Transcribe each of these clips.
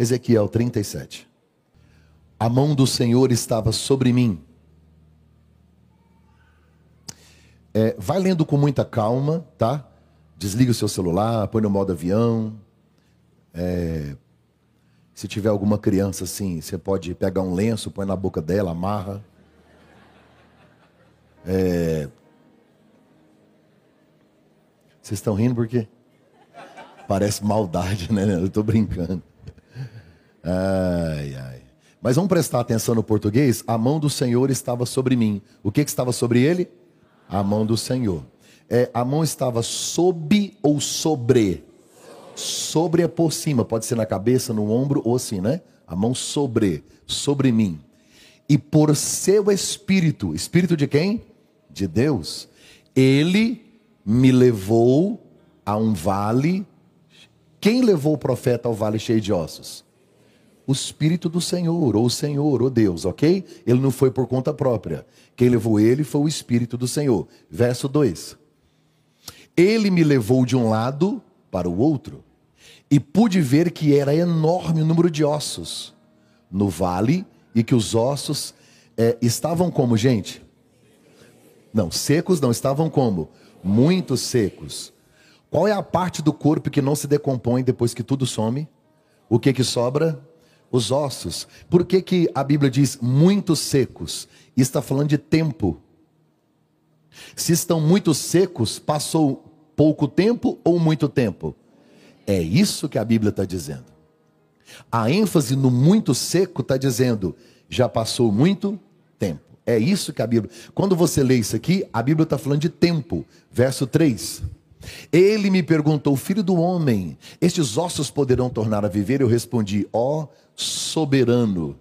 Ezequiel 37. A mão do Senhor estava sobre mim. Vai lendo com muita calma, tá? Desliga o seu celular, põe no modo avião. Se tiver alguma criança assim, você pode pegar um lenço, põe na boca dela, amarra. Vocês estão rindo por quê? Parece maldade, né? Eu estou brincando. Ai, ai. Mas vamos prestar atenção no português. A mão do Senhor estava sobre mim. O que estava sobre ele? A mão do Senhor. A mão estava sob ou sobre? Sobre é por cima. Pode ser na cabeça, no ombro ou assim, né? A mão sobre mim. E por seu espírito. Espírito de quem? De Deus. Ele me levou a um vale. Quem levou o profeta ao vale cheio de ossos? O Espírito do Senhor, ou o Senhor, ou Deus, ok? Ele não foi por conta própria. Quem levou ele foi o Espírito do Senhor. Verso 2. Ele me levou de um lado para o outro, e pude ver que era enorme o número de ossos no vale, e que os ossos estavam como, gente? Não, secos não, estavam como? Muito secos. Qual é a parte do corpo que não se decompõe depois que tudo some? O que sobra? Os ossos. Por que a Bíblia diz muito secos? Está falando de tempo. Se estão muito secos, passou pouco tempo ou muito tempo? É isso que a Bíblia está dizendo. A ênfase no muito seco está dizendo, já passou muito tempo. É isso que a Bíblia... Quando você lê isso aqui, a Bíblia está falando de tempo. Verso 3. Ele me perguntou, filho do homem, estes ossos poderão tornar a viver? Eu respondi, ó soberano.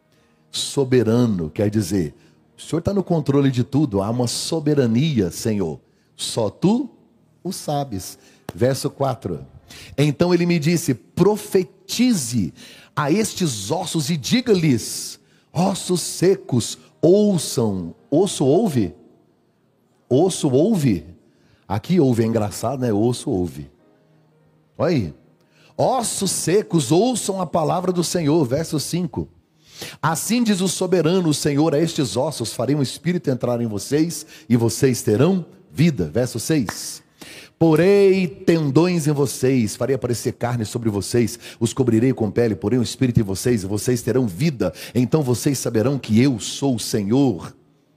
Soberano quer dizer, o Senhor está no controle de tudo, há uma soberania, Senhor. Só tu o sabes. Verso 4. Então ele me disse, profetize a estes ossos e diga-lhes, ossos secos, ouçam. Osso ouve? Osso ouve? Aqui ouve, é engraçado, né? Osso ouve. Olha aí. Ossos secos, ouçam a palavra do Senhor. Verso 5. Assim diz o soberano, o Senhor, a estes ossos farei um espírito entrar em vocês, e vocês terão vida. Verso 6. Porei tendões em vocês, farei aparecer carne sobre vocês, os cobrirei com pele, porei um espírito em vocês, e vocês terão vida. Então vocês saberão que eu sou o Senhor.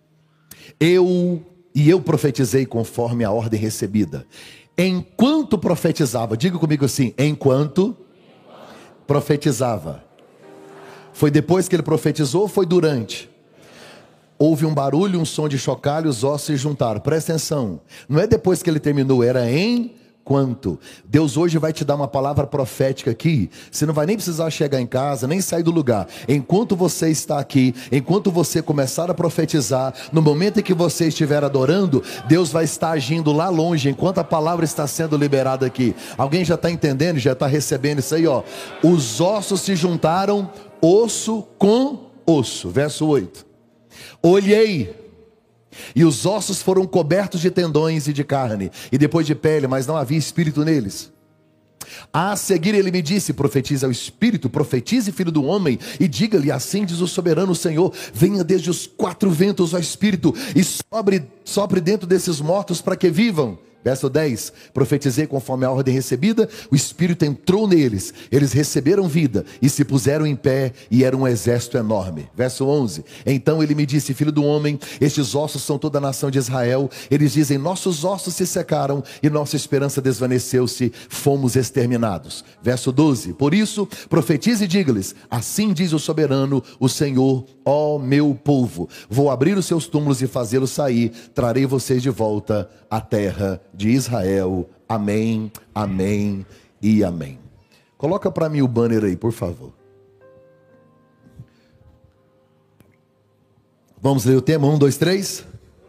Eu profetizei conforme a ordem recebida. Enquanto profetizava, diga comigo assim, enquanto profetizava. Foi depois que ele profetizou ou foi durante? Houve um barulho, um som de chocalho, os ossos se juntaram. Presta atenção, não é depois que ele terminou, era enquanto. Deus hoje vai te dar uma palavra profética aqui. Você não vai nem precisar chegar em casa, nem sair do lugar. Enquanto você está aqui, enquanto você começar a profetizar, no momento em que você estiver adorando, Deus vai estar agindo lá longe, enquanto a palavra está sendo liberada aqui. Alguém já está entendendo? Já está recebendo isso aí, ó. Os ossos se juntaram, osso com osso. Verso 8. Olhei, e os ossos foram cobertos de tendões e de carne, e depois de pele, mas não havia espírito neles. A seguir ele me disse, profetize ao espírito, profetize, filho do homem, e diga-lhe, assim diz o soberano Senhor, venha desde os quatro ventos, ó espírito, e sopre dentro desses mortos para que vivam. Verso 10, profetizei conforme a ordem recebida, o Espírito entrou neles, eles receberam vida e se puseram em pé e era um exército enorme. Verso 11, então ele me disse, filho do homem, estes ossos são toda a nação de Israel, eles dizem, nossos ossos se secaram e nossa esperança desvaneceu-se, fomos exterminados. Verso 12, por isso profetize e diga-lhes, assim diz o soberano, o Senhor, ó meu povo, vou abrir os seus túmulos e fazê-los sair, trarei vocês de volta à terra de Israel. Amém, amém e amém. Coloca para mim o banner aí, por favor. Vamos ler o tema, 1, 2, 3.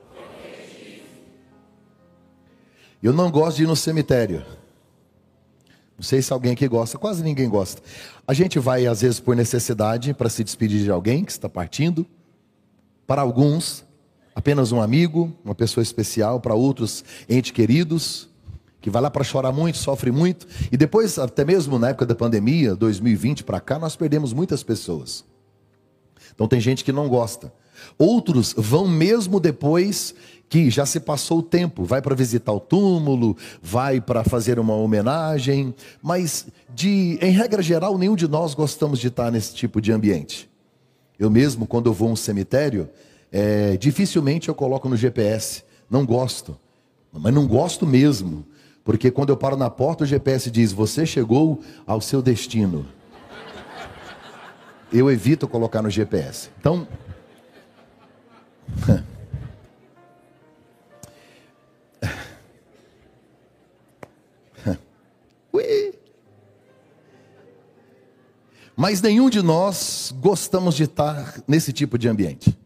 Eu não gosto de ir no cemitério. Não sei se alguém aqui gosta, quase ninguém gosta. A gente vai às vezes por necessidade para se despedir de alguém que está partindo. Para alguns, apenas um amigo, uma pessoa especial. Para outros, entes queridos que vai lá para chorar muito, sofre muito. E depois, até mesmo na época da pandemia, 2020 para cá, nós perdemos muitas pessoas. Então tem gente que não gosta. Outros vão mesmo depois que já se passou o tempo, vai para visitar o túmulo, vai para fazer uma homenagem, mas em regra geral, nenhum de nós gostamos de estar nesse tipo de ambiente. Eu mesmo, quando eu vou a um cemitério, dificilmente eu coloco no GPS, não gosto, mas não gosto mesmo, porque quando eu paro na porta o GPS diz, você chegou ao seu destino. Eu evito colocar no GPS. Então, mas nenhum de nós gostamos de estar nesse tipo de ambiente.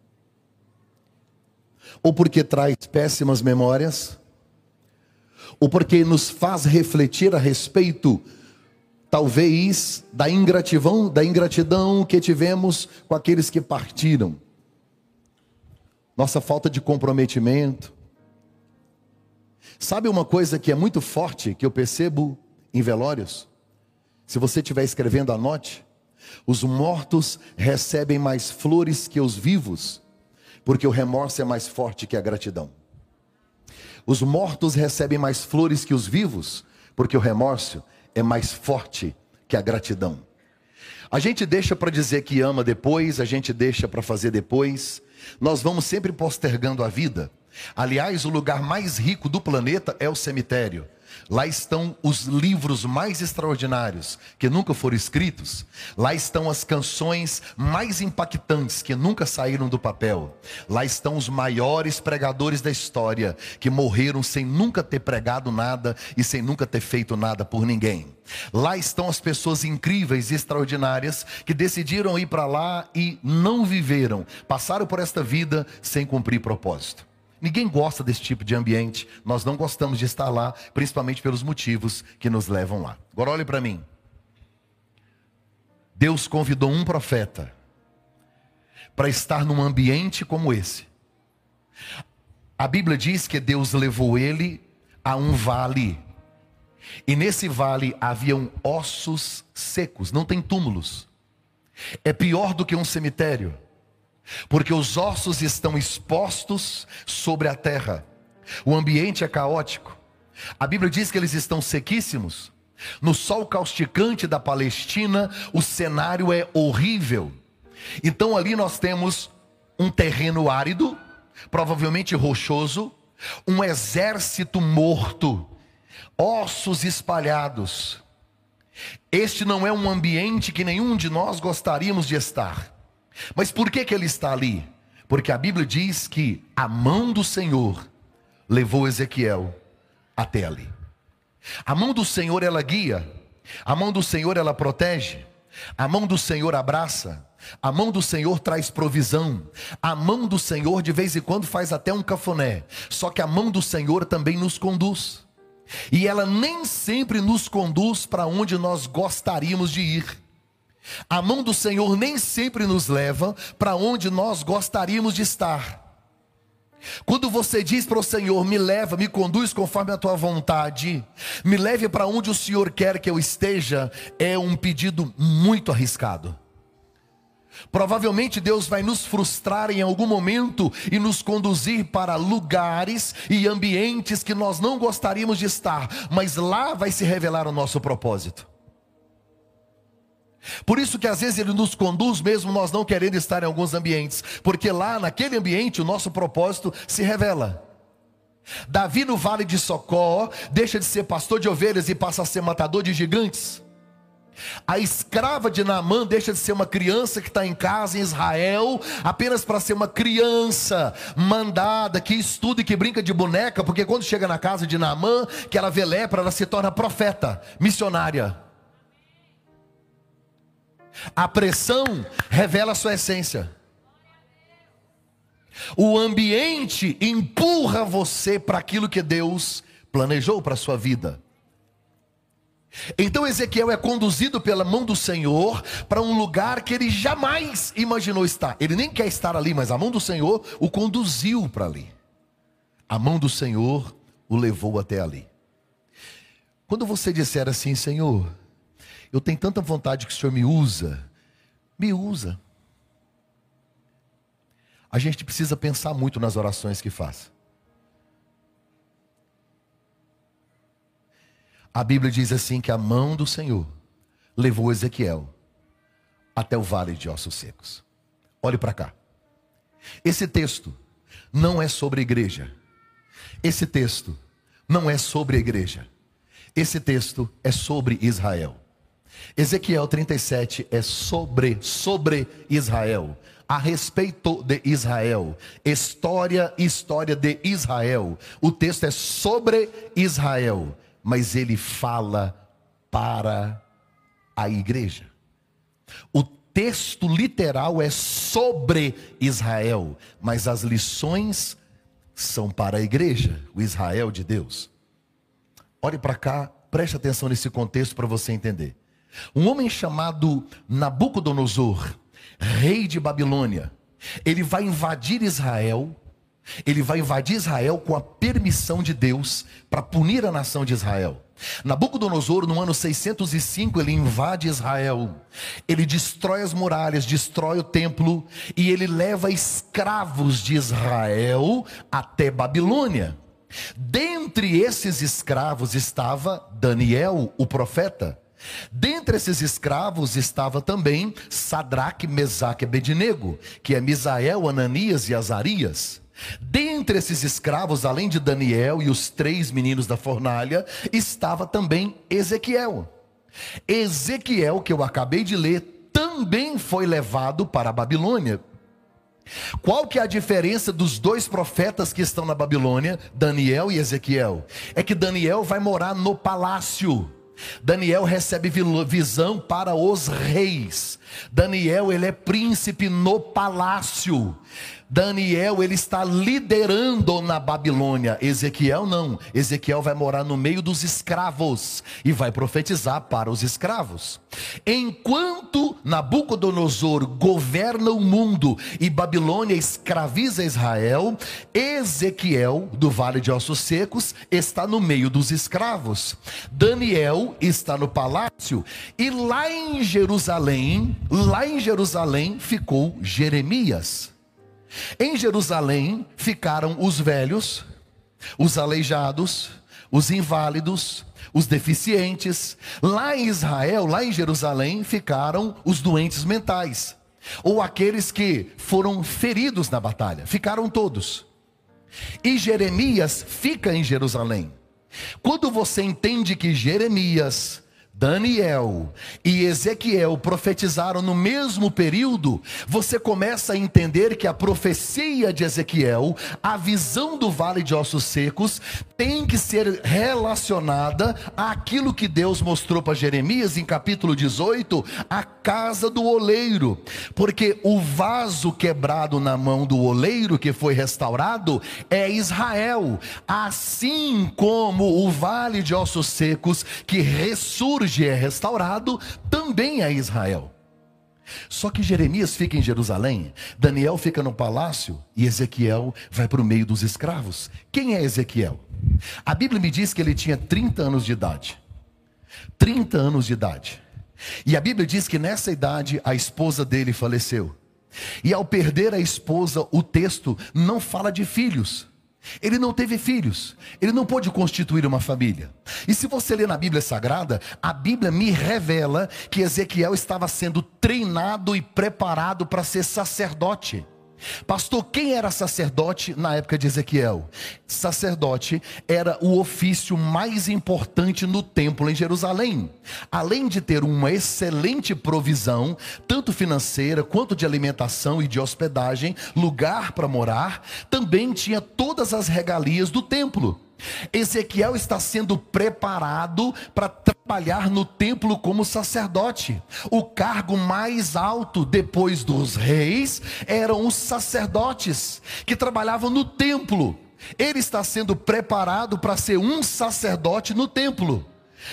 Ou porque traz péssimas memórias, ou porque nos faz refletir a respeito, talvez, da ingratidão que tivemos com aqueles que partiram. Nossa falta de comprometimento. Sabe uma coisa que é muito forte, que eu percebo em velórios? Se você estiver escrevendo, anote. Os mortos recebem mais flores que os vivos, porque o remorso é mais forte que a gratidão. Os mortos recebem mais flores que os vivos, porque o remorso é mais forte que a gratidão. A gente deixa para dizer que ama depois, a gente deixa para fazer depois. Nós vamos sempre postergando a vida. Aliás, o lugar mais rico do planeta é o cemitério. Lá estão os livros mais extraordinários que nunca foram escritos. Lá estão as canções mais impactantes que nunca saíram do papel. Lá estão os maiores pregadores da história que morreram sem nunca ter pregado nada e sem nunca ter feito nada por ninguém. Lá estão as pessoas incríveis e extraordinárias que decidiram ir para lá e não viveram, passaram por esta vida sem cumprir propósito. Ninguém gosta desse tipo de ambiente. Nós não gostamos de estar lá, principalmente pelos motivos que nos levam lá. Agora olhe para mim. Deus convidou um profeta para estar num ambiente como esse. A Bíblia diz que Deus levou ele a um vale. E nesse vale haviam ossos secos, não tem túmulos. É pior do que um cemitério. Porque os ossos estão expostos sobre a terra. O ambiente é caótico. A Bíblia diz que eles estão sequíssimos. No sol causticante da Palestina, o cenário é horrível. Então ali nós temos um terreno árido, provavelmente rochoso, um exército morto, ossos espalhados. Este não é um ambiente que nenhum de nós gostaríamos de estar. Mas por que ele está ali? Porque a Bíblia diz que a mão do Senhor levou Ezequiel até ali. A mão do Senhor ela guia, a mão do Senhor ela protege, a mão do Senhor abraça, a mão do Senhor traz provisão, a mão do Senhor de vez em quando faz até um cafuné. Só que a mão do Senhor também nos conduz. E ela nem sempre nos conduz para onde nós gostaríamos de ir. A mão do Senhor nem sempre nos leva para onde nós gostaríamos de estar. Quando você diz para o Senhor, me leva, me conduz conforme a tua vontade, me leve para onde o Senhor quer que eu esteja, é um pedido muito arriscado. Provavelmente Deus vai nos frustrar em algum momento e nos conduzir para lugares e ambientes que nós não gostaríamos de estar, mas lá vai se revelar o nosso propósito. Por isso que às vezes Ele nos conduz mesmo nós não querendo estar em alguns ambientes, porque lá naquele ambiente o nosso propósito se revela. Davi no vale de Socó deixa de ser pastor de ovelhas e passa a ser matador de gigantes. A escrava de Naamã deixa de ser uma criança que está em casa em Israel, apenas para ser uma criança mandada, que estuda e que brinca de boneca, porque quando chega na casa de Naamã, que ela vê lepra, ela se torna profeta, missionária. A pressão revela a sua essência. O ambiente empurra você para aquilo que Deus planejou para a sua vida. Então Ezequiel é conduzido pela mão do Senhor para um lugar que ele jamais imaginou estar. Ele nem quer estar ali, mas a mão do Senhor o conduziu para ali. A mão do Senhor o levou até ali. Quando você disser assim: Senhor, eu tenho tanta vontade que o Senhor me usa. A gente precisa pensar muito nas orações que faz. A Bíblia diz assim que a mão do Senhor levou Ezequiel até o vale de ossos secos. Olhe para cá. Esse texto não é sobre a igreja. Esse texto não é sobre a igreja. Esse texto é sobre Israel. Ezequiel 37 é sobre Israel, a respeito de Israel, história de Israel. O texto é sobre Israel, mas ele fala para a igreja. O texto literal é sobre Israel, mas as lições são para a igreja, o Israel de Deus. Olhe para cá, preste atenção nesse contexto para você entender. Um homem chamado Nabucodonosor, rei de Babilônia, ele vai invadir Israel. Ele vai invadir Israel com a permissão de Deus para punir a nação de Israel. Nabucodonosor, no ano 605, ele invade Israel. Ele destrói as muralhas, destrói o templo e ele leva escravos de Israel até Babilônia. Dentre esses escravos estava Daniel, o profeta. Dentre esses escravos estava também Sadraque, Mesaque e Abednego, que é Misael, Ananias e Azarias. Dentre esses escravos, além de Daniel e os 3 meninos da fornalha, estava também Ezequiel. Ezequiel, que eu acabei de ler, também foi levado para a Babilônia. Qual que é a diferença dos 2 profetas que estão na Babilônia, Daniel e Ezequiel? É que Daniel vai morar no palácio. Daniel recebe visão para os reis. Daniel, ele é príncipe no palácio. Daniel, ele está liderando na Babilônia. Ezequiel não. Ezequiel vai morar no meio dos escravos e vai profetizar para os escravos. Enquanto Nabucodonosor governa o mundo e Babilônia escraviza Israel, Ezequiel, do Vale de Ossos Secos, está no meio dos escravos. Daniel está no palácio. E lá em Jerusalém ficou Jeremias. Em Jerusalém ficaram os velhos, os aleijados, os inválidos, os deficientes. Lá em Israel, lá em Jerusalém, ficaram os doentes mentais, ou aqueles que foram feridos na batalha. Ficaram todos. E Jeremias fica em Jerusalém. Quando você entende que Jeremias, Daniel e Ezequiel profetizaram no mesmo período, você começa a entender que a profecia de Ezequiel, a visão do Vale de Ossos Secos, tem que ser relacionada àquilo que Deus mostrou para Jeremias em capítulo 18, a casa do oleiro. Porque o vaso quebrado na mão do oleiro, que foi restaurado, é Israel. Assim como o Vale de Ossos Secos, que ressurge, é restaurado, também é Israel. Só que Jeremias fica em Jerusalém, Daniel fica no palácio e Ezequiel vai para o meio dos escravos. Quem é Ezequiel? A Bíblia me diz que ele tinha 30 anos de idade. 30 anos de idade. E a Bíblia diz que nessa idade a esposa dele faleceu. E ao perder a esposa, o texto não fala de filhos. Ele não teve filhos, ele não pôde constituir uma família. E se você ler na Bíblia Sagrada, a Bíblia me revela que Ezequiel estava sendo treinado e preparado para ser sacerdote. Pastor, quem era sacerdote na época de Ezequiel? Sacerdote era o ofício mais importante no templo em Jerusalém. Além de ter uma excelente provisão, tanto financeira quanto de alimentação e de hospedagem, lugar para morar, também tinha todas as regalias do templo. Ezequiel está sendo preparado para trabalhar no templo como sacerdote. O cargo mais alto depois dos reis eram os sacerdotes que trabalhavam no templo. Ele está sendo preparado para ser um sacerdote no templo.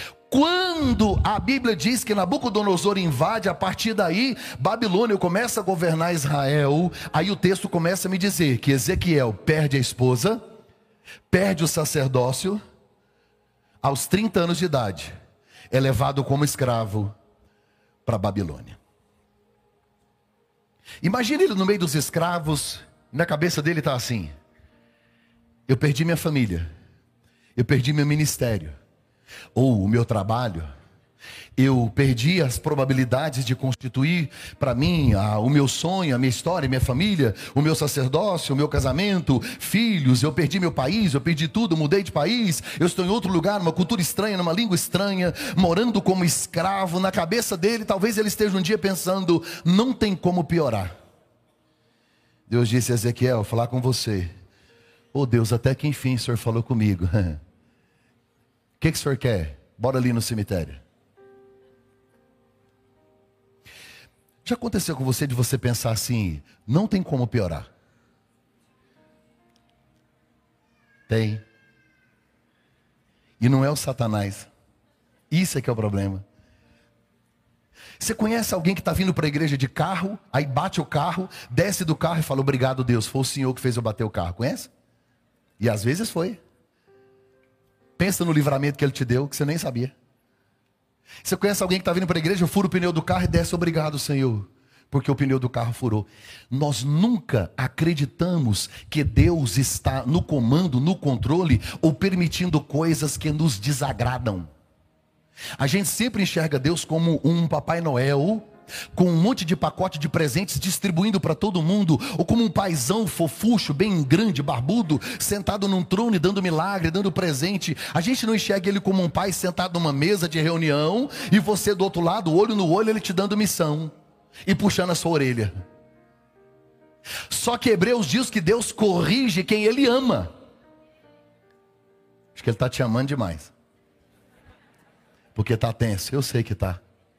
Quando a Bíblia diz que Nabucodonosor invade, a partir daí Babilônia começa a governar Israel, aí o texto começa a me dizer que Ezequiel perde a esposa, perde o sacerdócio, aos 30 anos de idade, é levado como escravo para a Babilônia. Imagina ele no meio dos escravos, na cabeça dele está assim: eu perdi minha família, eu perdi meu ministério, ou o meu trabalho, eu perdi as probabilidades de constituir para mim o meu sonho, a minha história, a minha família, o meu sacerdócio, o meu casamento, filhos, eu perdi meu país, eu perdi tudo, mudei de país, eu estou em outro lugar, numa cultura estranha, numa língua estranha, morando como escravo. Na cabeça dele, talvez ele esteja um dia pensando: não tem como piorar. Deus disse a Ezequiel: falar com você. Oh Deus, até que enfim o Senhor falou comigo. O que o Senhor quer? Bora ali no cemitério. Já aconteceu com você de você pensar assim: não tem como piorar? Tem. E não é o Satanás. Isso é que é o problema. Você conhece alguém que está vindo para a igreja de carro, aí bate o carro, desce do carro e fala: obrigado Deus, foi o Senhor que fez eu bater o carro. Conhece? E às vezes foi. Pensa no livramento que Ele te deu, que você nem sabia. Você conhece alguém que está vindo para a igreja, fura o pneu do carro e desce: obrigado Senhor, porque o pneu do carro furou. Nós nunca acreditamos que Deus está no comando, no controle, ou permitindo coisas que nos desagradam. A gente sempre enxerga Deus como um Papai Noel, com um monte de pacote de presentes distribuindo para todo mundo, ou como um paizão fofucho, bem grande, barbudo, sentado num trono e dando milagre, dando presente. A gente não enxerga Ele como um pai sentado numa mesa de reunião, e você do outro lado, olho no olho, Ele te dando missão e puxando a sua orelha. Só que Hebreus diz que Deus corrige quem Ele ama. Acho que Ele está te amando demais, porque está tenso. Eu sei que está.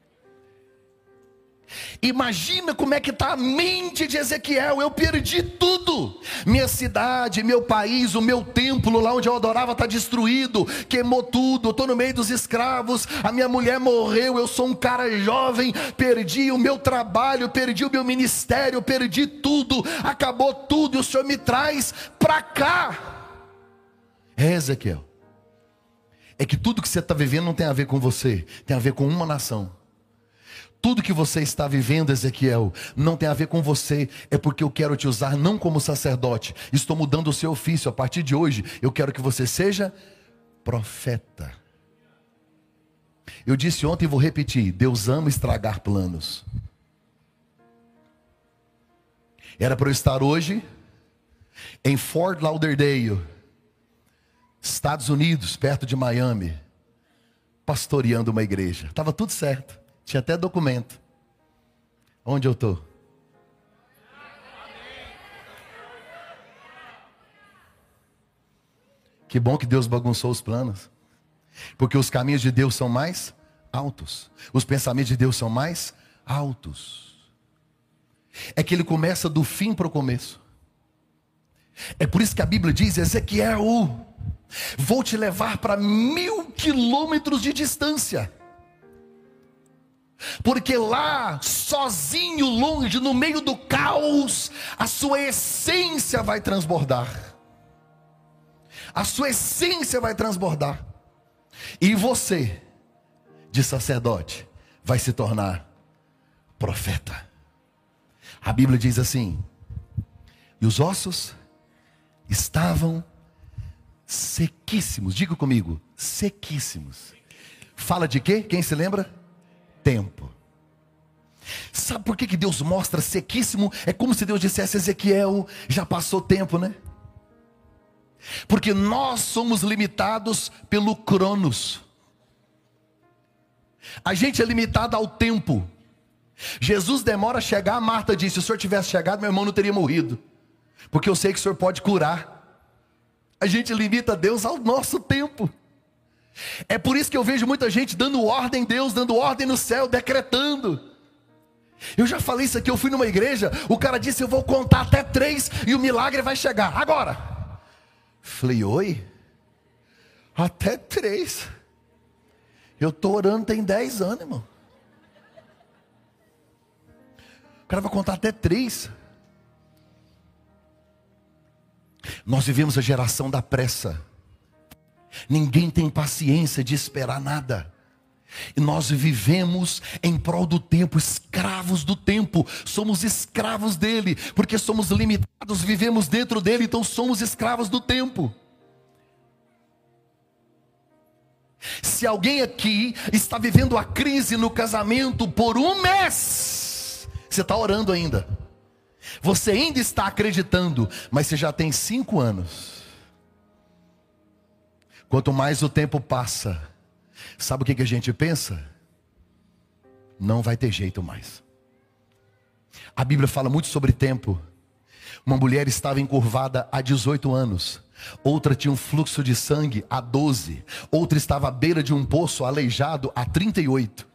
Imagina como é que está a mente de Ezequiel: eu perdi tudo, minha cidade, meu país, o meu templo lá onde eu adorava está destruído, queimou tudo, eu estou no meio dos escravos, a minha mulher morreu, eu sou um cara jovem, perdi o meu trabalho, perdi o meu ministério, perdi tudo, acabou tudo, e o Senhor me traz para cá. Ezequiel, é que tudo que você está vivendo não tem a ver com você, tem a ver com uma nação. Tudo que você está vivendo, Ezequiel, não tem a ver com você, é porque eu quero te usar não como sacerdote. Estou mudando o seu ofício. A partir de hoje, eu quero que você seja profeta. Eu disse ontem e vou repetir: Deus ama estragar planos. Era para eu estar hoje em Fort Lauderdale, Estados Unidos, perto de Miami, pastoreando uma igreja. Estava tudo certo. Tinha até documento. Onde eu estou? Que bom que Deus bagunçou os planos. Porque os caminhos de Deus são mais altos. Os pensamentos de Deus são mais altos. É que Ele começa do fim para o começo. É por isso que a Bíblia diz: Ezequiel, vou te levar para 1000 quilômetros de distância. Porque lá, sozinho, longe, no meio do caos, a sua essência vai transbordar. A sua essência vai transbordar. E você, de sacerdote, vai se tornar profeta. A Bíblia diz assim: e os ossos estavam sequíssimos. Diga comigo: sequíssimos. Fala de quê? Quem se lembra? Tempo. Sabe por que Deus mostra sequíssimo? É como se Deus dissesse: Ezequiel, já passou tempo, né? Porque nós somos limitados pelo Cronos. A gente é limitado ao tempo. Jesus demora a chegar. Marta disse: se o Senhor tivesse chegado, meu irmão não teria morrido, porque eu sei que o Senhor pode curar. A gente limita Deus ao nosso tempo. É por isso que eu vejo muita gente dando ordem em Deus, dando ordem no céu, decretando. Eu já falei isso aqui, eu fui numa igreja, o cara disse: eu vou contar até 3 e o milagre vai chegar agora. Falei: oi? Até 3? Eu estou orando tem 10 anos, irmão. O cara vai contar até 3. Nós vivemos a geração da pressa. Ninguém tem paciência de esperar nada. E nós vivemos em prol do tempo, escravos do tempo. Somos escravos dele, porque somos limitados, vivemos dentro dele, então somos escravos do tempo. Se alguém aqui está vivendo a crise no casamento por um mês, você está orando ainda. Você ainda está acreditando, mas você já tem 5 anos. Quanto mais o tempo passa, sabe o que a gente pensa? Não vai ter jeito mais. A Bíblia fala muito sobre tempo. Uma mulher estava encurvada há 18 anos. Outra tinha um fluxo de sangue há 12. Outra estava à beira de um poço, aleijado há 38.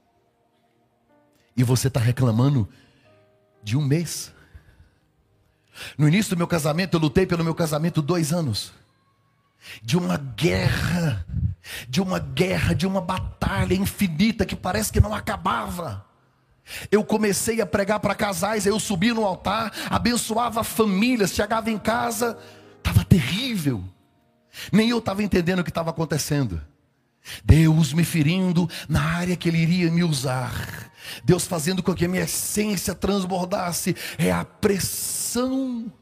E você está reclamando de um mês. No início do meu casamento, eu lutei pelo meu casamento 2 anos. De uma guerra, de uma batalha infinita que parece que não acabava. Eu comecei a pregar para casais, eu subi no altar, abençoava famílias, chegava em casa, estava terrível. Nem eu estava entendendo o que estava acontecendo. Deus me ferindo na área que Ele iria me usar. Deus fazendo com que a minha essência transbordasse. É a pressão.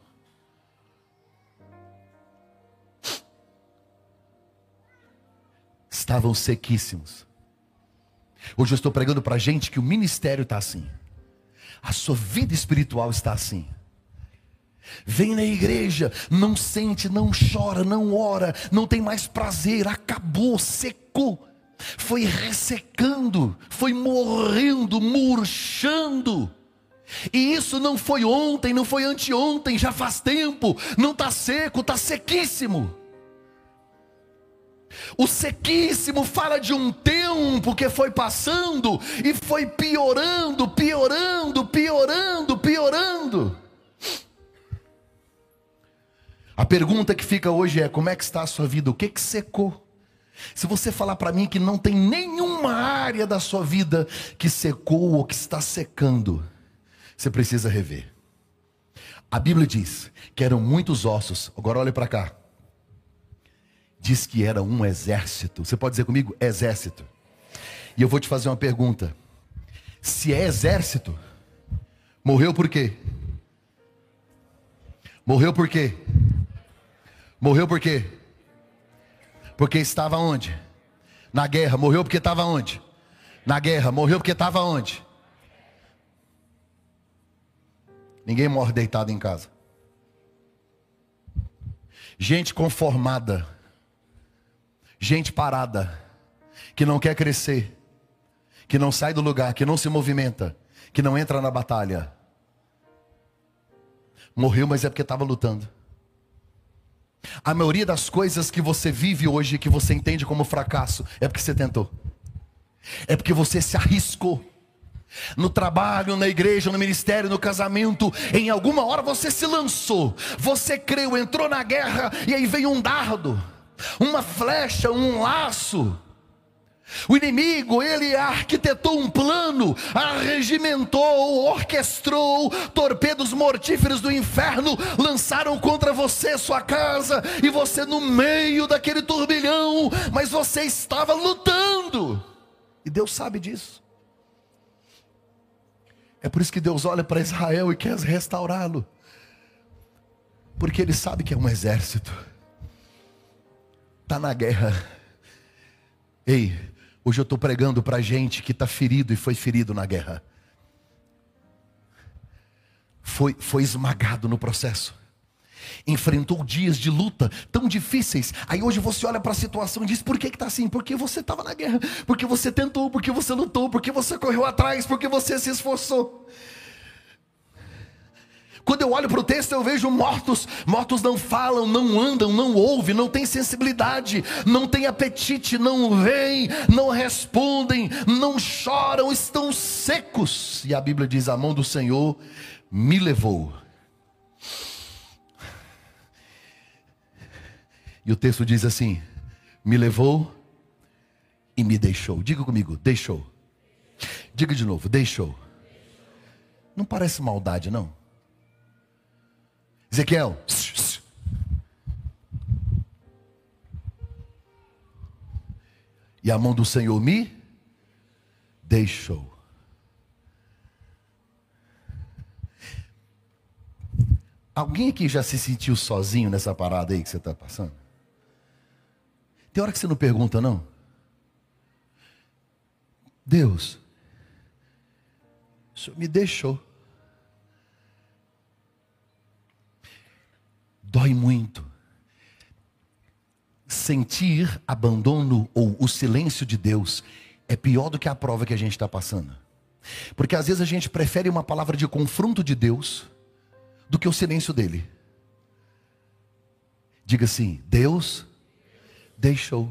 Estavam sequíssimos. Hoje eu estou pregando para gente que o ministério está assim. A sua vida espiritual está assim. Vem na igreja, não sente, não chora, não ora, não tem mais prazer, acabou, secou. Foi ressecando, foi morrendo, murchando. E isso não foi ontem, não foi anteontem, já faz tempo. Não está seco, está sequíssimo. O sequíssimo fala de um tempo que foi passando e foi piorando, piorando, piorando, piorando. A pergunta que fica hoje é: como é que está a sua vida? O que secou? Se você falar para mim que não tem nenhuma área da sua vida que secou ou que está secando, você precisa rever. A Bíblia diz que eram muitos ossos. Agora olhe para cá. Diz que era um exército. Você pode dizer comigo? Exército. E eu vou te fazer uma pergunta. Se é exército, morreu por quê? Morreu por quê? Morreu por quê? Porque estava onde? Na guerra. Morreu porque estava onde? Na guerra. Morreu porque estava onde? Ninguém morre deitado em casa. Gente conformada, gente parada, que não quer crescer, que não sai do lugar, que não se movimenta, que não entra na batalha. Morreu, mas é porque estava lutando. A maioria das coisas que você vive hoje, que você entende como fracasso, é porque você tentou. É porque você se arriscou. No trabalho, na igreja, no ministério, no casamento, em alguma hora você se lançou. Você creu, entrou na guerra, e aí veio um dardo, uma flecha, um laço. O inimigo, ele arquitetou um plano, arregimentou, orquestrou, torpedos mortíferos do inferno lançaram contra você, sua casa, e você no meio daquele turbilhão, mas você estava lutando, e Deus sabe disso. É por isso que Deus olha para Israel e quer restaurá-lo, porque Ele sabe que é um exército, está na guerra. Ei, hoje eu estou pregando para gente que está ferido e foi ferido na guerra. Foi esmagado no processo. Enfrentou dias de luta tão difíceis. Aí hoje você olha para a situação e diz: por que está assim? Porque você estava na guerra. Porque você tentou, porque você lutou, porque você correu atrás, porque você se esforçou. Quando eu olho para o texto, eu vejo mortos. Mortos não falam, não andam, não ouvem, não têm sensibilidade, não têm apetite, não veem, não respondem, não choram, estão secos. E a Bíblia diz: a mão do Senhor me levou. E o texto diz assim: me levou e me deixou. Diga comigo: deixou. Diga de novo: deixou. Não parece maldade, não? Ezequiel, E a mão do Senhor me deixou. Alguém aqui já se sentiu sozinho nessa parada aí que você está passando? Tem hora que você não pergunta, não? Deus, o Senhor me deixou. Dói muito. Sentir abandono ou o silêncio de Deus é pior do que a prova que a gente está passando. Porque às vezes a gente prefere uma palavra de confronto de Deus do que o silêncio dele. Diga assim: Deus deixou.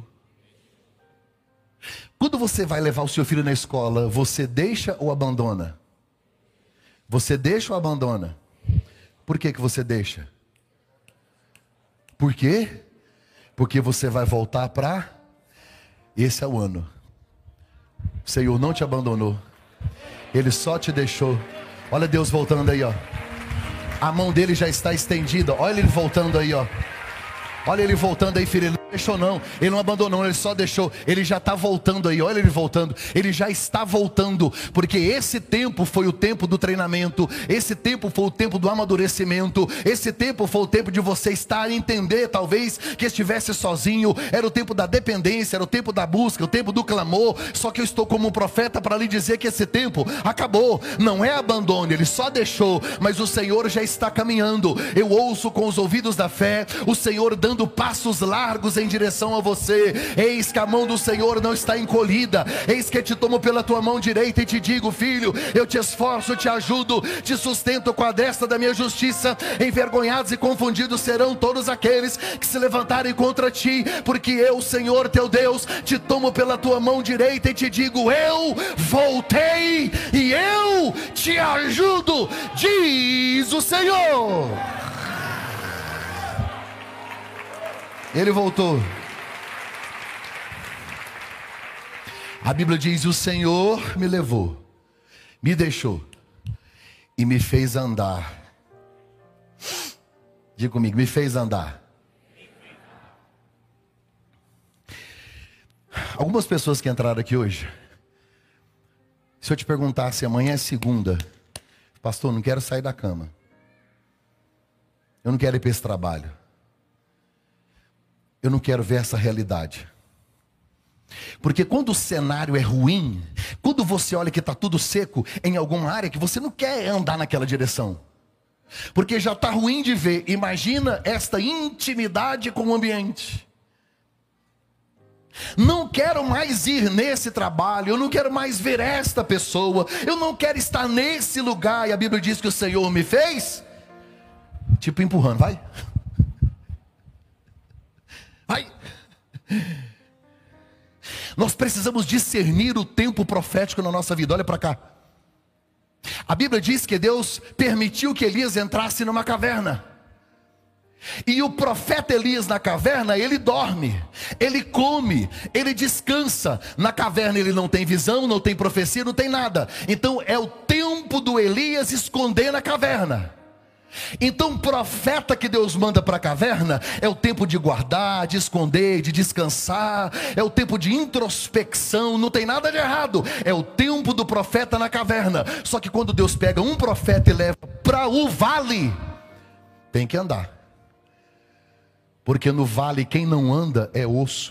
Quando você vai levar o seu filho na escola, você deixa ou abandona? Você deixa ou abandona? Por que você deixa? Por quê? Porque você vai voltar para... Esse é o ano. O Senhor não te abandonou. Ele só te deixou. Olha Deus voltando aí, ó. A mão dele já está estendida. Olha ele voltando aí, ó. Olha ele voltando aí, filho. Ele não deixou não. Ele não abandonou, ele só deixou. Ele já está voltando aí. Olha ele voltando. Ele já está voltando. Porque esse tempo foi o tempo do treinamento. Esse tempo foi o tempo do amadurecimento. Esse tempo foi o tempo de você estar a entender, talvez, que estivesse sozinho. Era o tempo da dependência, era o tempo da busca, o tempo do clamor. Só que eu estou como um profeta para lhe dizer que esse tempo acabou. Não é abandono, ele só deixou. Mas o Senhor já está caminhando. Eu ouço com os ouvidos da fé o Senhor dando passos largos em direção a você. Eis que a mão do Senhor não está encolhida. Eis que te tomo pela tua mão direita e te digo: filho, eu te esforço, te ajudo, te sustento com a destra da minha justiça. Envergonhados e confundidos serão todos aqueles que se levantarem contra ti, porque eu, Senhor teu Deus, te tomo pela tua mão direita e te digo: eu voltei e eu te ajudo, diz o Senhor. Ele voltou. A Bíblia diz: o Senhor me levou, me deixou e me fez andar. Diga comigo: me fez andar. Algumas pessoas que entraram aqui hoje, se eu te perguntasse amanhã é segunda, pastor, não quero sair da cama, eu não quero ir para esse trabalho, eu não quero ver essa realidade. Porque quando o cenário é ruim, quando você olha que está tudo seco em alguma área, que você não quer andar naquela direção, porque já está ruim de ver. Imagina esta intimidade com o ambiente. Não quero mais ir nesse trabalho, eu não quero mais ver esta pessoa, eu não quero estar nesse lugar. E a Bíblia diz que o Senhor me fez, tipo empurrando, vai. Vai. Nós precisamos discernir o tempo profético na nossa vida. Olha para cá. A Bíblia diz que Deus permitiu que Elias entrasse numa caverna. E o profeta Elias na caverna, ele dorme, ele come, ele descansa. Na caverna ele não tem visão, não tem profecia, não tem nada. Então é o tempo do Elias esconder na caverna. Então o profeta que Deus manda para a caverna é o tempo de guardar, de esconder, de descansar. É o tempo de introspecção, não tem nada de errado. É o tempo do profeta na caverna. Só que quando Deus pega um profeta e leva para o vale, tem que andar. Porque no vale quem não anda é osso.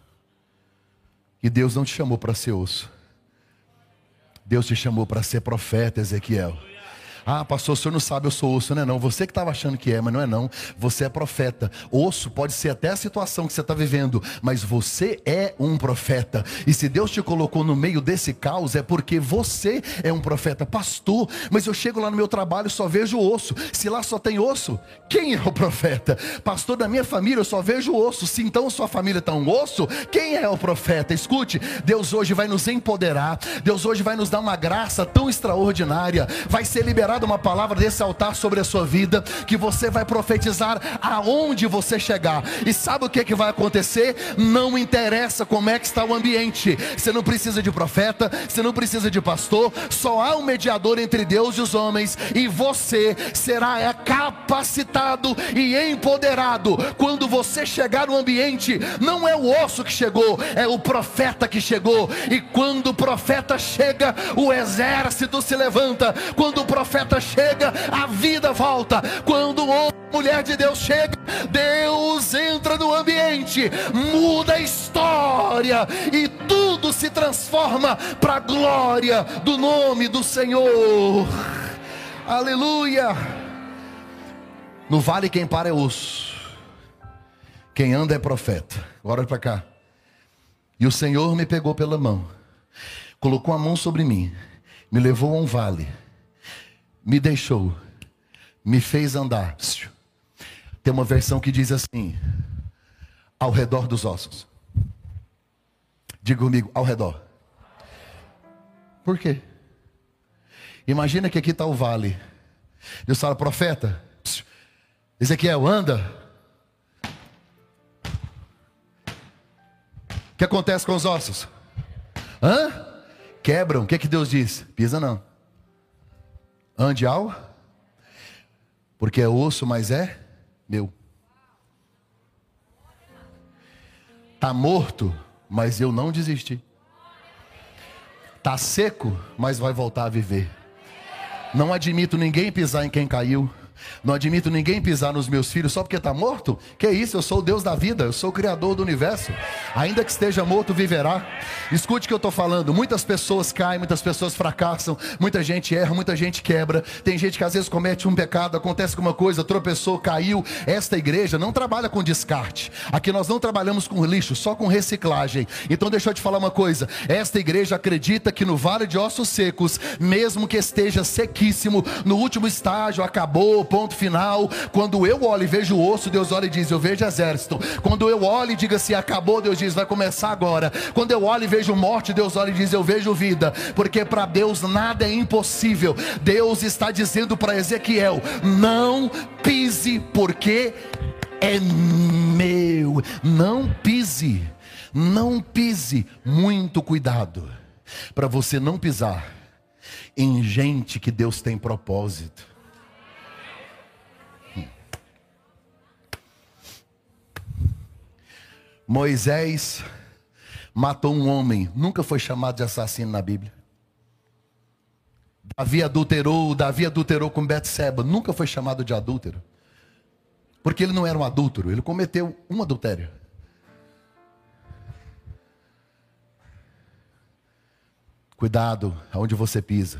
E Deus não te chamou para ser osso. Deus te chamou para ser profeta, Ezequiel. Ah, pastor, o senhor não sabe, eu sou osso, não é não. Você que estava achando que é, mas não é não. Você é profeta. Osso pode ser até a situação que você está vivendo, mas você é um profeta. E se Deus te colocou no meio desse caos, é porque você é um profeta. Pastor, mas eu chego lá no meu trabalho e só vejo osso. Se lá só tem osso, quem é o profeta? Pastor, da minha família eu só vejo osso. Se então sua família está um osso, quem é o profeta? Escute, Deus hoje vai nos empoderar. Deus hoje vai nos dar uma graça tão extraordinária. Vai ser liberado liberado uma palavra desse altar sobre a sua vida, que você vai profetizar aonde você chegar. E sabe o que vai acontecer? Não interessa como é que está o ambiente. Você não precisa de profeta, você não precisa de pastor. Só há um mediador entre Deus e os homens, e você será capacitado e empoderado. Quando você chegar no ambiente, não é o osso que chegou, é o profeta que chegou. E quando o profeta chega, o exército se levanta. Quando o profeta chega, a vida volta. Quando o mulher de Deus chega, Deus entra no ambiente, muda a história e tudo se transforma para a glória do nome do Senhor. Aleluia. No vale quem para é osso, quem anda é profeta. Agora olha para cá. E o Senhor me pegou pela mão, colocou a mão sobre mim, me levou a um vale, me deixou, me fez andar. Tem uma versão que diz assim: ao redor dos ossos. Diga comigo, ao redor. Por quê? Imagina que aqui está o vale. Deus fala: profeta, Ezequiel, anda. O que acontece com os ossos? Quebram. O que Deus diz? Pisa não. Ande ao. Porque é osso, mas é meu. Está morto, mas eu não desisti. Está seco, mas vai voltar a viver. Não admito ninguém pisar em quem caiu. Não admito ninguém pisar nos meus filhos só porque está morto. Que isso, eu sou o Deus da vida, eu sou o Criador do universo. Ainda que esteja morto, viverá. Escute o que eu estou falando. Muitas pessoas caem, muitas pessoas fracassam, muita gente erra, muita gente quebra. Tem gente que às vezes comete um pecado, acontece alguma coisa, tropeçou, caiu. Esta igreja não trabalha com descarte. Aqui nós não trabalhamos com lixo, só com reciclagem. Então deixa eu te falar uma coisa. Esta igreja acredita que no vale de ossos secos, mesmo que esteja sequíssimo, no último estágio, acabou, ponto final. Quando eu olho e vejo o osso, Deus olha e diz: eu vejo exército. Quando eu olho e diga assim: acabou, Deus diz: vai começar agora. Quando eu olho e vejo morte, Deus olha e diz: eu vejo vida. Porque para Deus nada é impossível. Deus está dizendo para Ezequiel: não pise, porque é meu. Não pise, não pise. Muito cuidado para você não pisar em gente que Deus tem propósito. Moisés matou um homem, nunca foi chamado de assassino na Bíblia. Davi adulterou com Betseba, nunca foi chamado de adúltero. Porque ele não era um adúltero, ele cometeu um adultério. Cuidado aonde você pisa.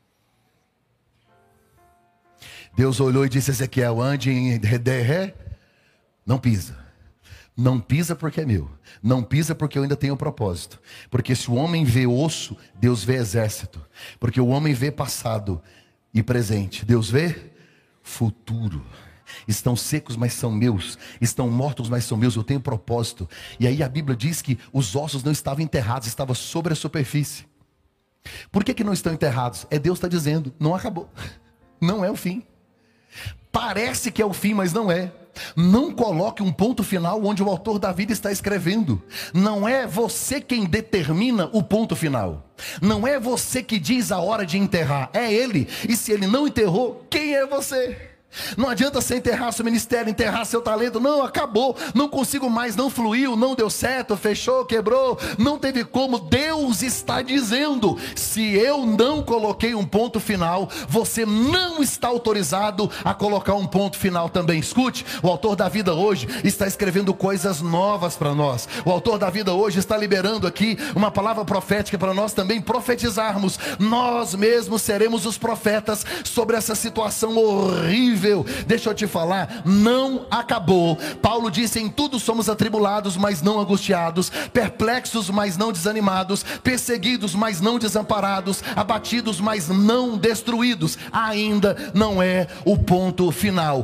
Deus olhou e disse a Ezequiel: ande em ré, não pisa. Não pisa porque é meu. Não pisa porque eu ainda tenho propósito. Porque se o homem vê osso, Deus vê exército. Porque o homem vê passado e presente, Deus vê futuro. Estão secos, mas são meus. Estão mortos, mas são meus. Eu tenho propósito. E aí a Bíblia diz que os ossos não estavam enterrados, estavam sobre a superfície. Por que não estão enterrados? Deus está dizendo: não acabou. Não é o fim. Parece que é o fim, mas não é. Não coloque um ponto final onde o autor da vida está escrevendo. Não é você quem determina o ponto final. Não é você que diz a hora de enterrar. É Ele. E se Ele não enterrou, quem é você? Não adianta você enterrar seu ministério, enterrar seu talento. Não, acabou, não consigo mais, não fluiu, não deu certo, fechou, quebrou, não teve como. Deus está dizendo: se eu não coloquei um ponto final, você não está autorizado a colocar um ponto final também. Escute, o autor da vida hoje está escrevendo coisas novas para nós. O autor da vida hoje está liberando aqui uma palavra profética para nós também profetizarmos. Nós mesmos seremos os profetas sobre essa situação horrível viveu. Deixa eu te falar, não acabou. Paulo disse: em tudo somos atribulados, mas não angustiados, perplexos, mas não desanimados, perseguidos, mas não desamparados, abatidos, mas não destruídos. Ainda não é o ponto final.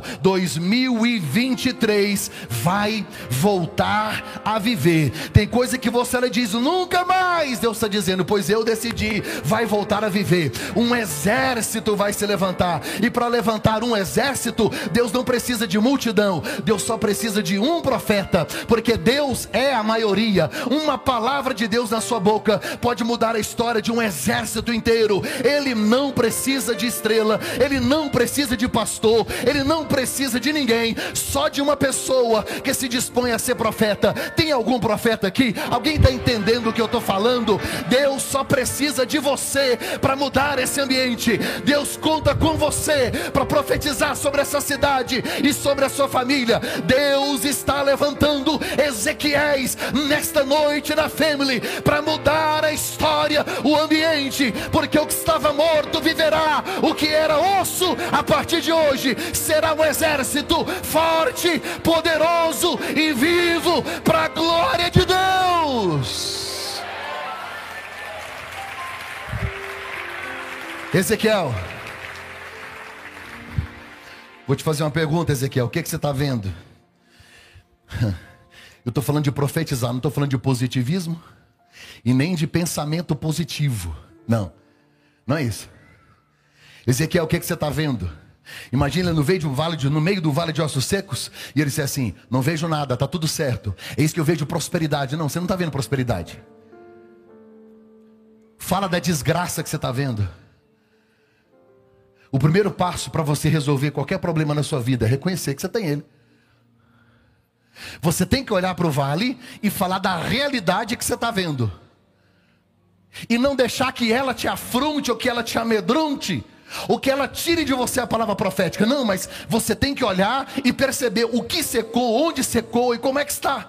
2023 vai voltar a viver. Tem coisa que você lhe diz: nunca mais. Deus está dizendo: pois eu decidi, vai voltar a viver. Um exército vai se levantar, e para levantar um exército, Deus não precisa de multidão, Deus só precisa de um profeta, porque Deus é a maioria. Uma palavra de Deus na sua boca pode mudar a história de um exército inteiro. Ele não precisa de estrela, ele não precisa de pastor, ele não precisa de ninguém, só de uma pessoa que se dispõe a ser profeta. Tem algum profeta aqui? Alguém está entendendo o que eu estou falando? Deus só precisa de você para mudar esse ambiente. Deus conta com você para profetizar sobre essa cidade e sobre a sua família. Deus está levantando Ezequiéis nesta noite na Family para mudar a história, o ambiente, porque o que estava morto viverá, o que era osso a partir de hoje será um exército forte, poderoso e vivo para a glória de Deus. Ezequiel, vou te fazer uma pergunta, Ezequiel. O que você está vendo? Eu estou falando de profetizar, não estou falando de positivismo e nem de pensamento positivo. Não, não é isso. Ezequiel, o que você está vendo? Imagina no meio do vale de ossos secos, e ele disse assim: não vejo nada, está tudo certo. É isso que eu vejo, prosperidade. Não, você não está vendo prosperidade. Fala da desgraça que você está vendo. O primeiro passo para você resolver qualquer problema na sua vida é reconhecer que você tem ele. Você tem que olhar para o vale e falar da realidade que você está vendo, e não deixar que ela te afronte, ou que ela te amedronte, ou que ela tire de você a palavra profética. Não, mas você tem que olhar e perceber o que secou, onde secou e como é que está.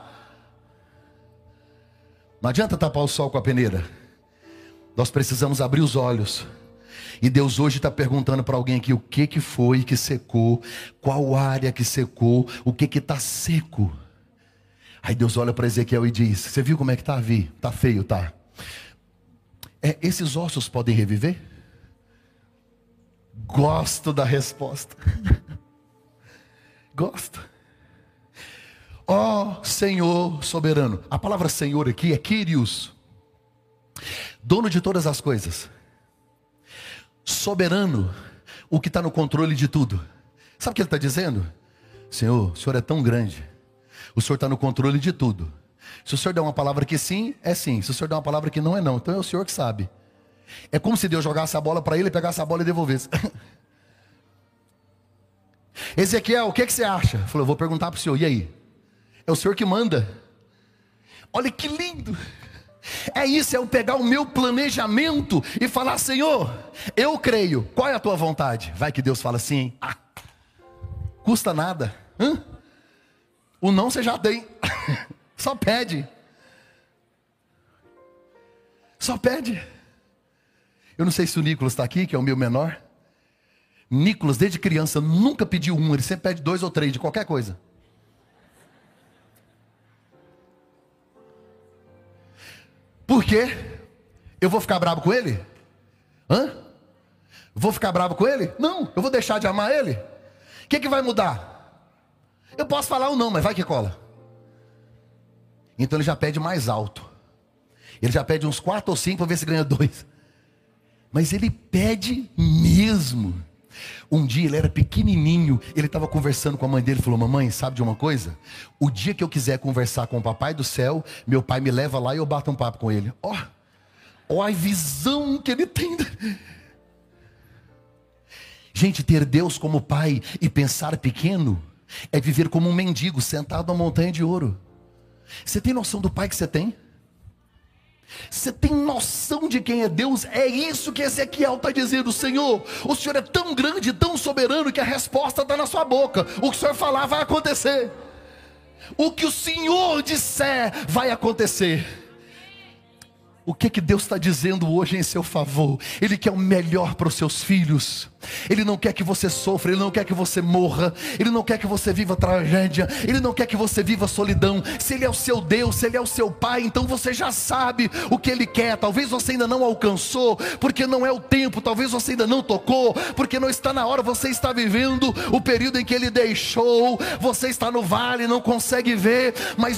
Não adianta tapar o sol com a peneira. Nós precisamos abrir os olhos. E Deus hoje está perguntando para alguém aqui: o que foi que secou? Qual área que secou? O que está seco? Aí Deus olha para Ezequiel e diz: você viu como é que está, Vi? Está feio, tá? Esses ossos podem reviver? Gosto da resposta. Gosto. Ó Senhor soberano. A palavra Senhor aqui é Kyrios, dono de todas as coisas. Soberano, o que está no controle de tudo. Sabe o que ele está dizendo? Senhor, o Senhor é tão grande, o Senhor está no controle de tudo. Se o Senhor der uma palavra que sim, é sim. Se o Senhor der uma palavra que não, é não. Então é o Senhor que sabe. É como se Deus jogasse a bola para ele, pegasse a bola e devolvesse. Ezequiel, o que você acha? Ele falou: eu vou perguntar para o Senhor. E aí? É o Senhor que manda. Olha que lindo. É isso, é eu pegar o meu planejamento e falar: Senhor, eu creio, qual é a tua vontade? Vai que Deus fala assim: custa nada. O não você já tem. Só pede. Só pede. Eu não sei se o Nicolas está aqui, que é o meu menor. Nicolas, desde criança, nunca pediu ele sempre pede 2 ou 3 de qualquer coisa. Por quê? Eu vou ficar bravo com ele? Vou ficar bravo com ele? Não, eu vou deixar de amar ele? O que vai mudar? Eu posso falar ou não, mas vai que cola. Então ele já pede mais alto. Ele já pede uns 4 ou 5 para ver se ganha 2. Mas ele pede mesmo. Um dia ele era pequenininho, ele estava conversando com a mãe dele, falou: mamãe, sabe de uma coisa? O dia que eu quiser conversar com o papai do céu, meu pai me leva lá e eu bato um papo com ele. Ó a visão que ele tem. Gente, ter Deus como pai e pensar pequeno é viver como um mendigo sentado na montanha de ouro. Você tem noção do pai que você tem? Você tem noção de quem é Deus? É isso que Ezequiel está dizendo: Senhor, o Senhor é tão grande, tão soberano, que a resposta está na sua boca. O que o Senhor falar vai acontecer. O que o Senhor disser vai acontecer. O que Deus está dizendo hoje em seu favor? Ele quer o melhor para os seus filhos. Ele não quer que você sofra, Ele não quer que você morra, Ele não quer que você viva tragédia, Ele não quer que você viva solidão. Se Ele é o seu Deus, se Ele é o seu Pai, então você já sabe o que Ele quer. Talvez você ainda não alcançou, porque não é o tempo. Talvez você ainda não tocou, porque não está na hora. Você está vivendo o período em que Ele deixou. Você está no vale, não consegue ver. Mas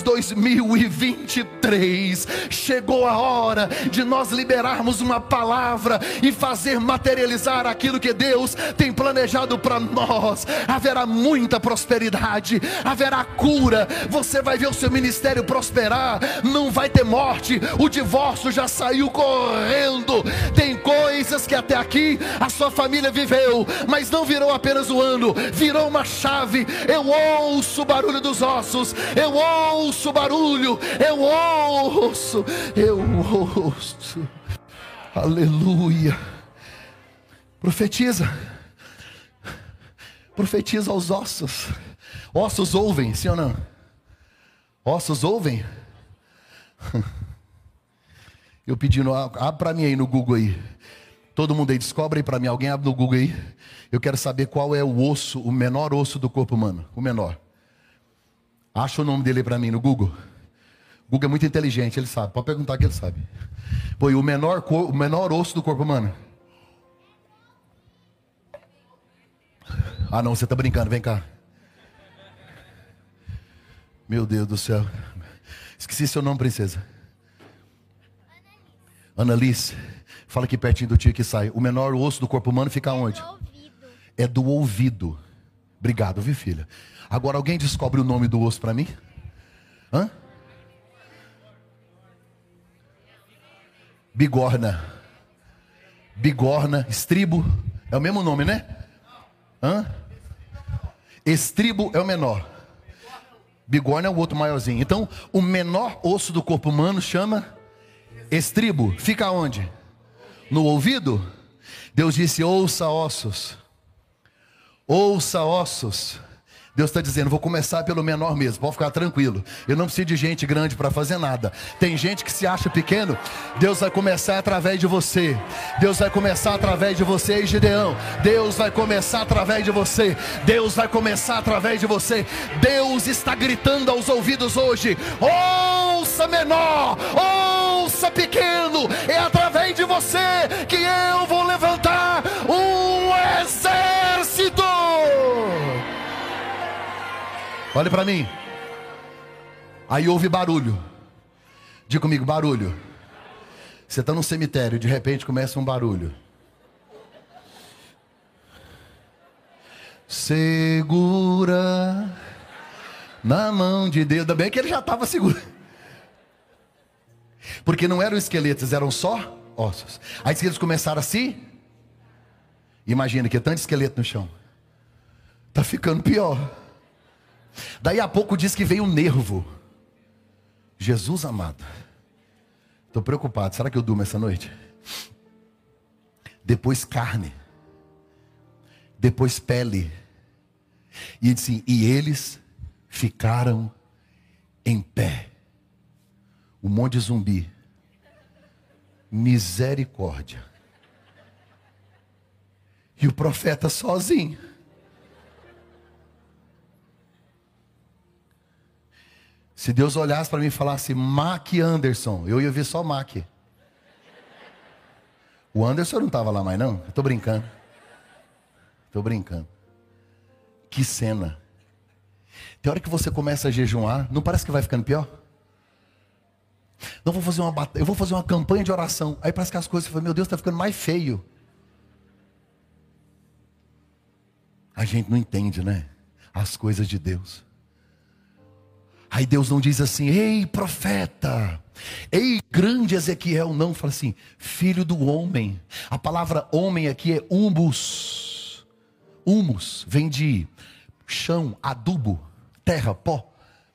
2023 chegou a hora de nós liberarmos uma palavra e fazer materializar aquilo que Deus tem planejado para nós. Haverá muita prosperidade, haverá cura. Você vai ver o seu ministério prosperar. Não vai ter morte. O divórcio já saiu correndo. Tem coisas que até aqui a sua família viveu, mas não virou apenas um ano, virou uma chave. Eu ouço o barulho dos ossos, eu ouço o barulho, eu ouço. Aleluia. Profetiza. Profetiza aos ossos. Ossos ouvem, sim ou não? Ossos ouvem? Eu pedindo, abre para mim aí no Google aí. Todo mundo aí, descobre aí para mim. Alguém abre no Google aí. Eu quero saber qual é o osso, o menor osso do corpo humano. O menor. Acha o nome dele aí para mim no Google. O Google é muito inteligente, ele sabe. Pode perguntar que ele sabe. Pô, e o menor osso do corpo humano? Ah não, você está brincando, vem cá. Meu Deus do céu. Esqueci seu nome, princesa. Annalise. Fala aqui pertinho do tio que sai. O menor osso do corpo humano fica onde? É do ouvido. Obrigado, viu, filha? Agora alguém descobre o nome do osso para mim? Hã? Bigorna. Bigorna, estribo. É o mesmo nome, né? Hã? Estribo é o menor. Bigorna é o outro maiorzinho. Então, o menor osso do corpo humano chama estribo. Fica onde? No ouvido? Deus disse, ouça ossos. Ouça ossos. Deus está dizendo, vou começar pelo menor mesmo, pode ficar tranquilo. Eu não preciso de gente grande para fazer nada. Tem gente que se acha pequeno. Deus vai começar através de você. Deus vai começar através de você, Gideão. Deus vai começar através de você. Deus vai começar através de você. Deus está gritando aos ouvidos hoje. Ouça menor, ouça pequeno. É através de você que eu vou levantar um exército. Olha para mim. Aí houve barulho. Diga comigo, barulho. Você está num cemitério, de repente começa um barulho. Segura na mão de Deus. Ainda bem que ele já estava seguro. Porque não eram esqueletos, eram só ossos. Aí eles começaram assim. Imagina que é tanto esqueleto no chão. Está ficando pior. Daí a pouco diz que veio um nervo. Jesus amado, estou preocupado, será que eu durmo essa noite? Depois carne, depois pele. E disse, e eles ficaram em pé. Um monte de zumbi. Misericórdia. E o profeta sozinho. Se Deus olhasse para mim e falasse Mac Anderson, eu ia ver só Mac. O Anderson não estava lá mais não? Eu estou brincando. Estou brincando. Que cena. Tem hora que você começa a jejuar, não parece que vai ficando pior? Não, eu vou fazer uma campanha de oração. Aí parece que as coisas, meu Deus, está ficando mais feio. A gente não entende, né? As coisas de Deus. Aí Deus não diz assim, ei profeta, ei grande Ezequiel, não, fala assim, filho do homem. A palavra homem aqui é humus. Humus vem de chão, adubo, terra, pó.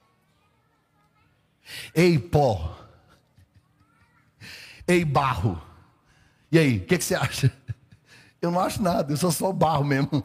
Ei pó, ei barro. E aí, o que você acha? Eu não acho nada, eu sou só barro mesmo.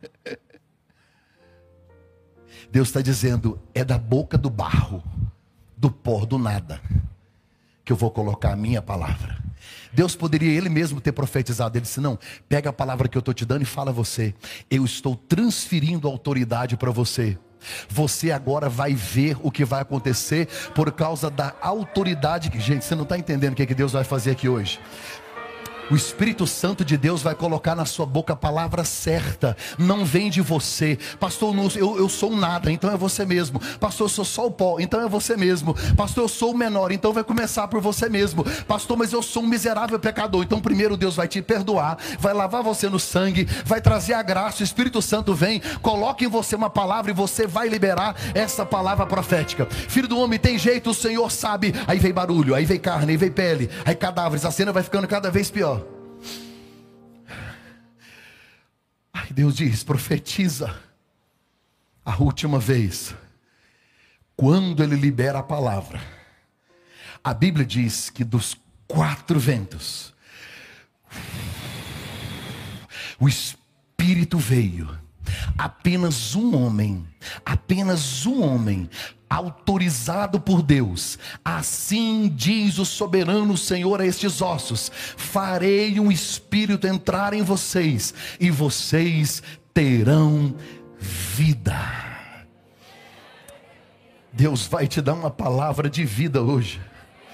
Deus está dizendo, é da boca do barro, do pó, do nada, que eu vou colocar a minha palavra. Deus poderia Ele mesmo ter profetizado. Ele disse: não, pega a palavra que eu estou te dando e fala a você. Eu estou transferindo autoridade para você. Você agora vai ver o que vai acontecer por causa da autoridade. Gente, você não está entendendo o que Deus vai fazer aqui hoje. O Espírito Santo de Deus vai colocar na sua boca a palavra certa. Não vem de você. Pastor, eu sou um nada, então é você mesmo. Pastor, eu sou só o pó, então é você mesmo. Pastor, eu sou o menor, então vai começar por você mesmo. Pastor, mas eu sou um miserável pecador. Então primeiro Deus vai te perdoar, vai lavar você no sangue, vai trazer a graça. O Espírito Santo vem, coloca em você uma palavra e você vai liberar essa palavra profética. Filho do homem, tem jeito, o Senhor sabe. Aí vem barulho, aí vem carne, aí vem pele, aí cadáveres. A cena vai ficando cada vez pior. Deus diz: profetiza a última vez. Quando Ele libera a palavra, a Bíblia diz que dos 4 ventos o Espírito veio. Apenas um homem, autorizado por Deus: assim diz o soberano Senhor a estes ossos: farei um espírito entrar em vocês, e vocês terão vida. Deus vai te dar uma palavra de vida hoje.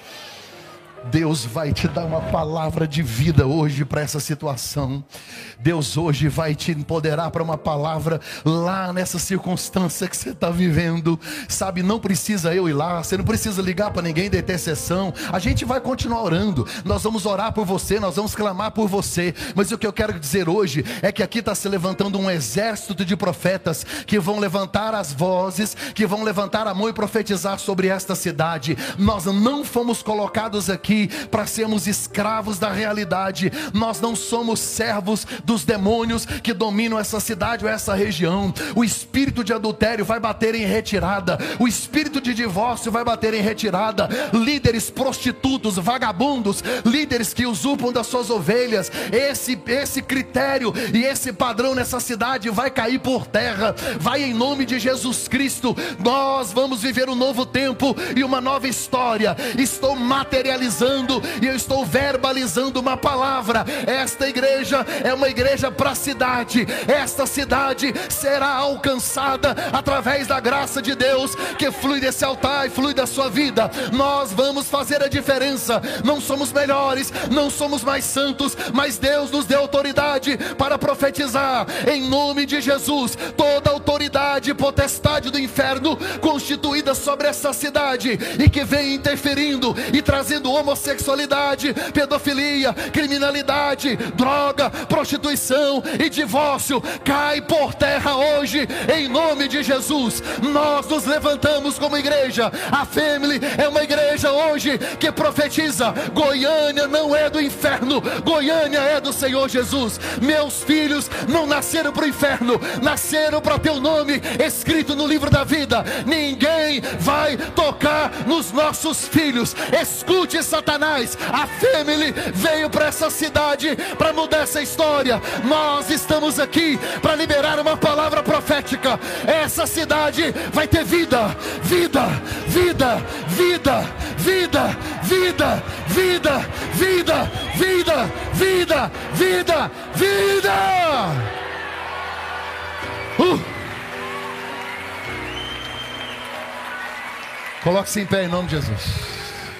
Deus vai te dar uma palavra de vida hoje para essa situação. Deus hoje vai te empoderar para uma palavra lá nessa circunstância que você está vivendo. Sabe, não precisa eu ir lá, você não precisa ligar para ninguém da intercessão. A gente vai continuar orando, nós vamos orar por você, nós vamos clamar por você. Mas o que eu quero dizer hoje é que aqui está se levantando um exército de profetas que vão levantar as vozes, que vão levantar a mão e profetizar sobre esta cidade. Nós não fomos colocados aqui para sermos escravos da realidade. Nós não somos servos dos demônios que dominam essa cidade ou essa região. O espírito de adultério vai bater em retirada. O espírito de divórcio vai bater em retirada. Líderes prostitutos, vagabundos, líderes que usurpam das suas ovelhas, esse critério e esse padrão nessa cidade vai cair por terra. Vai em nome de Jesus Cristo. Nós vamos viver um novo tempo e uma nova história. Estou materializando e eu estou verbalizando uma palavra. Esta igreja é uma igreja para a cidade. Esta cidade será alcançada através da graça de Deus que flui desse altar e flui da sua vida. Nós vamos fazer a diferença. Não somos melhores, não somos mais santos, mas Deus nos deu autoridade para profetizar em nome de Jesus. Toda autoridade e potestade do inferno constituída sobre essa cidade e que vem interferindo e trazendo homossexualidade, pedofilia, criminalidade, droga, prostituição e divórcio, cai por terra hoje, em nome de Jesus. Nós nos levantamos como igreja. A Family é uma igreja hoje que profetiza: Goiânia não é do inferno, Goiânia é do Senhor Jesus. Meus filhos não nasceram para o inferno, nasceram para ter o nome escrito no livro da vida. Ninguém vai tocar nos nossos filhos. Escute, Satanás, a Family veio para essa cidade para mudar essa história. Nós estamos aqui para liberar uma palavra profética. Essa cidade vai ter vida, vida, vida, vida, vida, vida, vida, vida, vida, vida, vida, vida. Coloque-se em pé em nome de Jesus.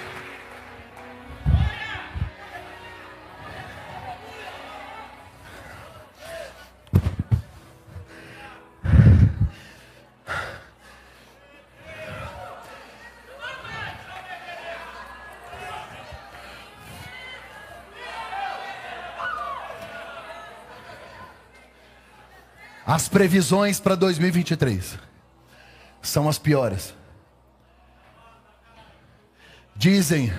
As previsões para 2023 são as piores. Dizem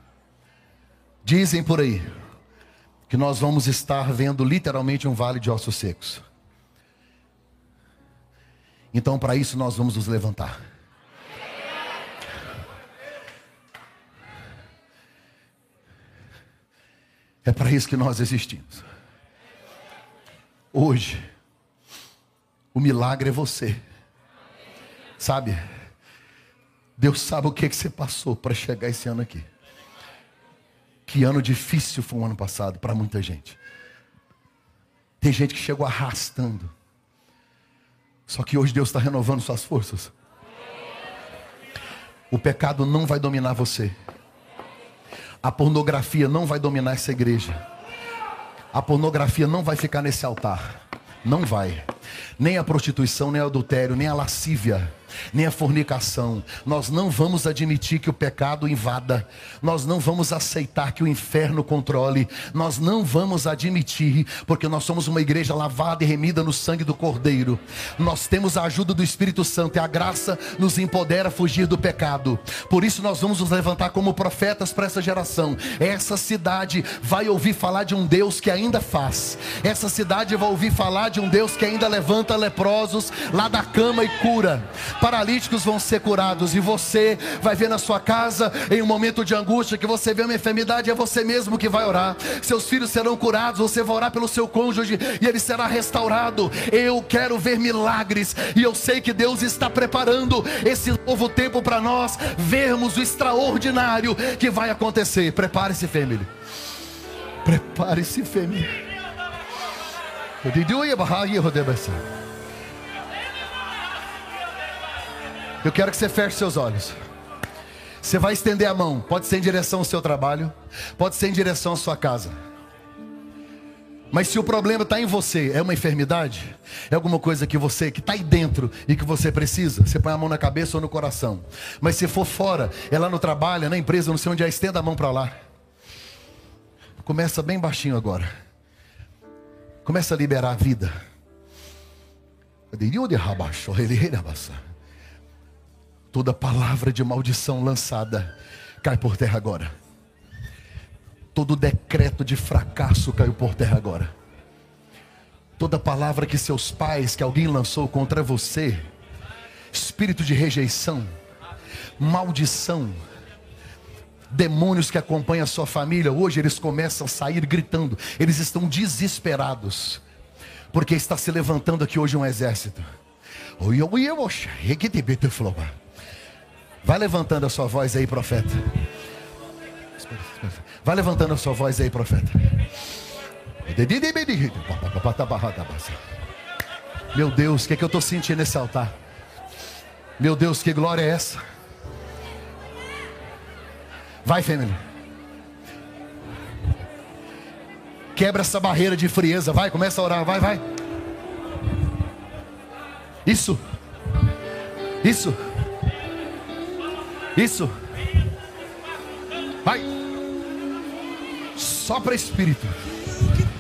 por aí que nós vamos estar vendo literalmente um vale de ossos secos. Então, para isso nós vamos nos levantar. É para isso que nós existimos. Hoje, o milagre é você. Sabe? Deus sabe o que você passou para chegar esse ano aqui. Que ano difícil foi o ano passado para muita gente. Tem gente que chegou arrastando. Só que hoje Deus está renovando suas forças. O pecado não vai dominar você. A pornografia não vai dominar essa igreja. A pornografia não vai ficar nesse altar. Não vai. Nem a prostituição, nem o adultério, nem a lascívia, nem a fornicação. Nós não vamos admitir que o pecado invada. Nós não vamos aceitar que o inferno controle. Nós não vamos admitir, porque nós somos uma igreja lavada e remida no sangue do Cordeiro. Nós temos a ajuda do Espírito Santo e a graça nos empodera a fugir do pecado. Por isso nós vamos nos levantar como profetas para essa geração. Essa cidade vai ouvir falar de um Deus que ainda faz. Essa cidade vai ouvir falar de um Deus que ainda levanta leprosos lá da cama e cura. Paralíticos vão ser curados. E você vai ver na sua casa, em um momento de angústia, que você vê uma enfermidade, é você mesmo que vai orar. Seus filhos serão curados, você vai orar pelo seu cônjuge e ele será restaurado. Eu quero ver milagres. E eu sei que Deus está preparando esse novo tempo para nós vermos o extraordinário que vai acontecer. Prepare-se, família. Prepare-se, família. Eu quero que você feche seus olhos. Você vai estender a mão. Pode ser em direção ao seu trabalho, pode ser em direção à sua casa. Mas se o problema está em você, é uma enfermidade, é alguma coisa que está aí dentro e que você precisa, você põe a mão na cabeça ou no coração. Mas se for fora, é lá no trabalho, é na empresa, não sei onde é, estenda a mão para lá. Começa bem baixinho agora. Começa a liberar a vida. Toda palavra de maldição lançada cai por terra agora. Todo decreto de fracasso caiu por terra agora. Toda palavra que seus pais, que alguém lançou contra você, espírito de rejeição, maldição, demônios que acompanham a sua família, hoje eles começam a sair gritando. Eles estão desesperados, porque está se levantando aqui hoje um exército. Vai levantando a sua voz aí, profeta. Vai levantando a sua voz aí, profeta. Meu Deus, o que é que eu estou sentindo nesse altar? Meu Deus, que glória é essa? Vai, família. Quebra essa barreira de frieza. Vai, começa a orar. Vai, vai. Isso. Isso. Isso. Vai. Sopra espírito.